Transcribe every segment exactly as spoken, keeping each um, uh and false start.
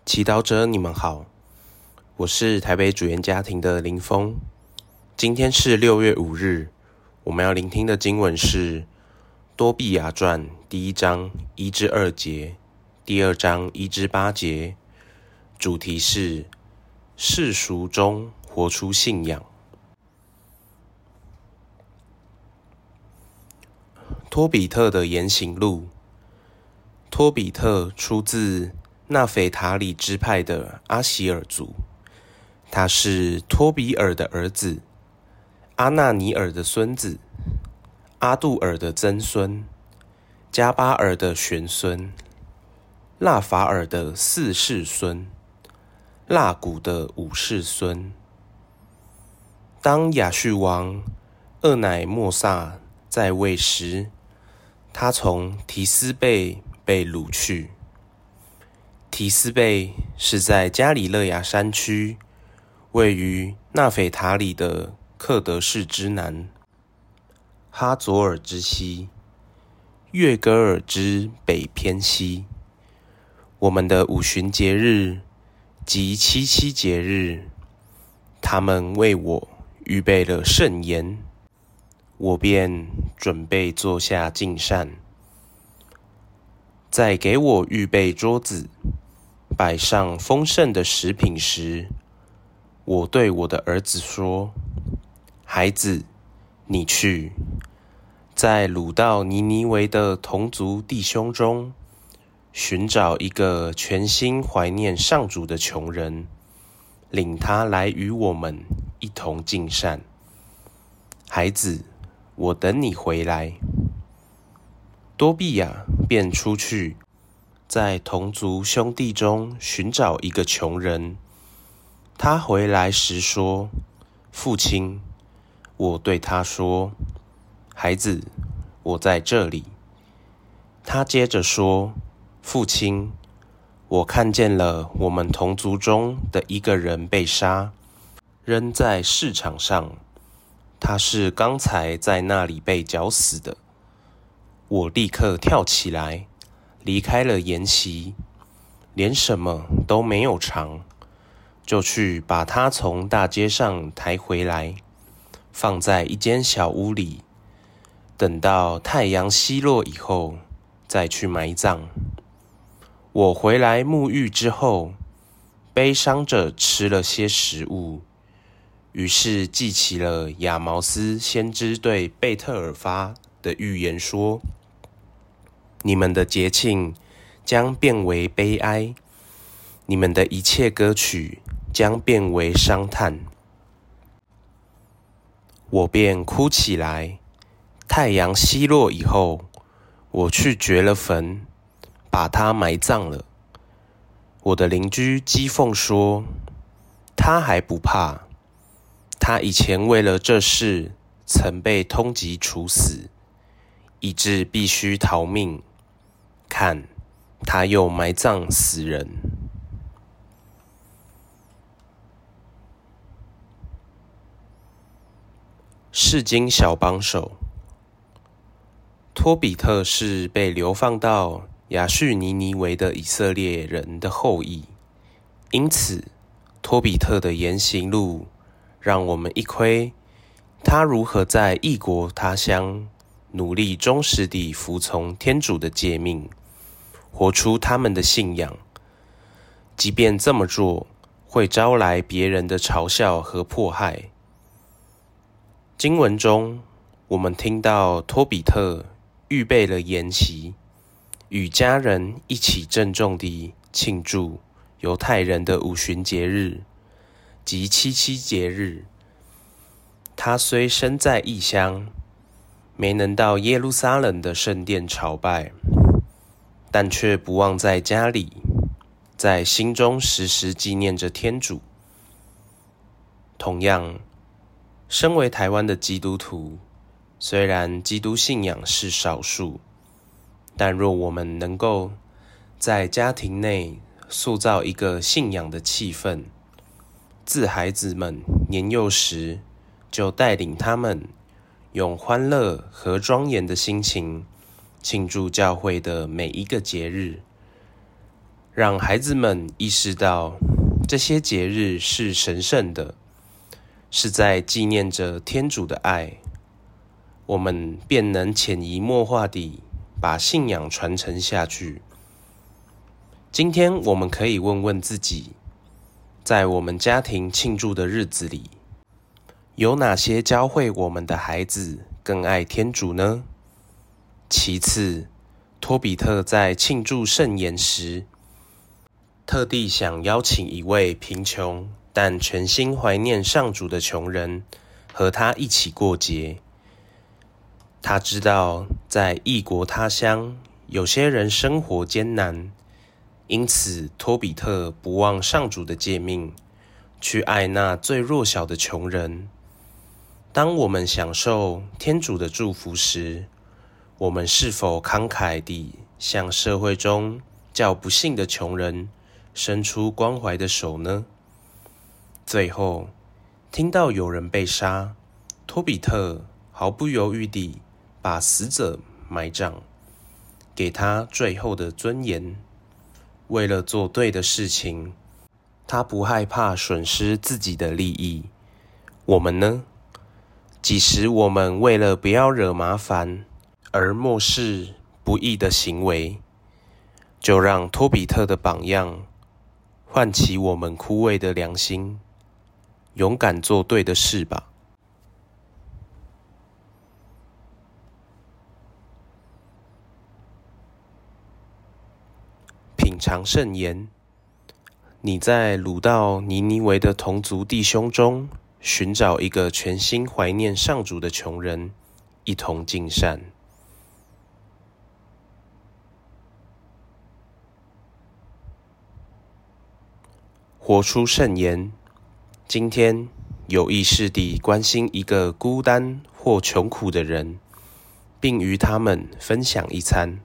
祈祷者，你们好，我是台北主言家庭的林峰。今天是六月五日，我们要聆听的经文是多俾亚传第一章一至二节，第二章一至八节，主题是世俗中活出信仰。托比特的言行录。托比特出自纳斐塔里支派的阿希尔族，他是托比尔的儿子，阿纳尼尔的孙子，阿杜尔的曾孙，加巴尔的玄孙，腊法尔的四世孙，腊古的五世孙。当亚述王厄乃莫撒在位时，他从提斯贝被掳去。提斯贝是在加里勒亚山区，位于纳斐塔里的克德士之南，哈佐尔之西，约戈尔之北偏西。我们的五旬节日及七七节日，他们为我预备了盛筵，我便准备坐下进膳。在给我预备桌子，摆上丰盛的食品时，我对我的儿子说：孩子，你去，在掳到尼尼微的同族弟兄中，寻找一个全心怀念上主的穷人，领他来与我们一同进膳。孩子，我等你回来。多俾亚便出去，在同族兄弟中寻找一个穷人。他回来时说：父亲。我对他说：孩子，我在这里。他接着说：父亲，我看见了我们同族中的一个人被杀，扔在市场上，他是刚才在那里被绞死的。我立刻跳起来，离开了筵席，连什么都没有尝，就去把他从大街上抬回来，放在一间小屋里，等到太阳西落以后，再去埋葬。我回来沐浴之后，悲伤着吃了些食物，于是记起了亚毛斯先知对贝特尔发的预言说：你们的节庆将变为悲哀，你们的一切歌曲将变为伤叹。我便哭起来。太阳西落以后，我去掘了坟，把它埋葬了。我的邻居讥讽说：他还不怕，他以前为了这事曾被通缉处死，以致必须逃命。看，他又埋葬死人。释经小帮手。托比特是被流放到亚述尼尼微的以色列人的后裔，因此托比特的言行录让我们一窥他如何在异国他乡努力忠实地服从天主的诫命，活出他们的信仰，即便这么做会招来别人的嘲笑和迫害。经文中，我们听到托比特预备了筵席，与家人一起郑重地庆祝犹太人的五旬节日及七七节日。他虽身在异乡，没能到耶路撒冷的圣殿朝拜，但却不忘在家里，在心中时时纪念着天主。同样，身为台湾的基督徒，虽然基督信仰是少数，但若我们能够在家庭内塑造一个信仰的气氛，自孩子们年幼时就带领他们用欢乐和庄严的心情庆祝教会的每一个节日， 让孩子们意识到这些节日是神圣的，是在纪念着天主的爱，我们便能潜移默化地把信仰传承下去。今天我们可以问问自己，在我们家庭庆祝的日子里，有哪些教会我们的孩子更爱天主呢？其次，托比特在庆祝圣言时，特地想邀请一位贫穷但全心怀念上主的穷人和他一起过节。他知道在异国他乡，有些人生活艰难，因此托比特不忘上主的诫命，去爱那最弱小的穷人。当我们享受天主的祝福时，我们是否慷慨地向社会中较不幸的穷人伸出关怀的手呢？最后，听到有人被杀，托比特毫不犹豫地把死者埋葬，给他最后的尊严。为了做对的事情，他不害怕损失自己的利益。我们呢？即使我们为了不要惹麻烦而漠视不义的行为，就让托比特的榜样唤起我们枯萎的良心，勇敢做对的事吧。品尝圣言，你在掳到尼尼微的同族弟兄中，寻找一个全心怀念上主的穷人，一同尽善。活出圣言，今天有意识地关心一个孤单或穷苦的人，并与他们分享一餐。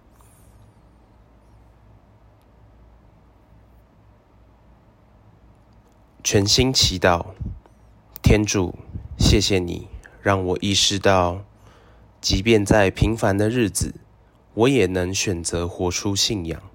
全心祈祷，天主，谢谢你让我意识到，即便在平凡的日子，我也能选择活出信仰。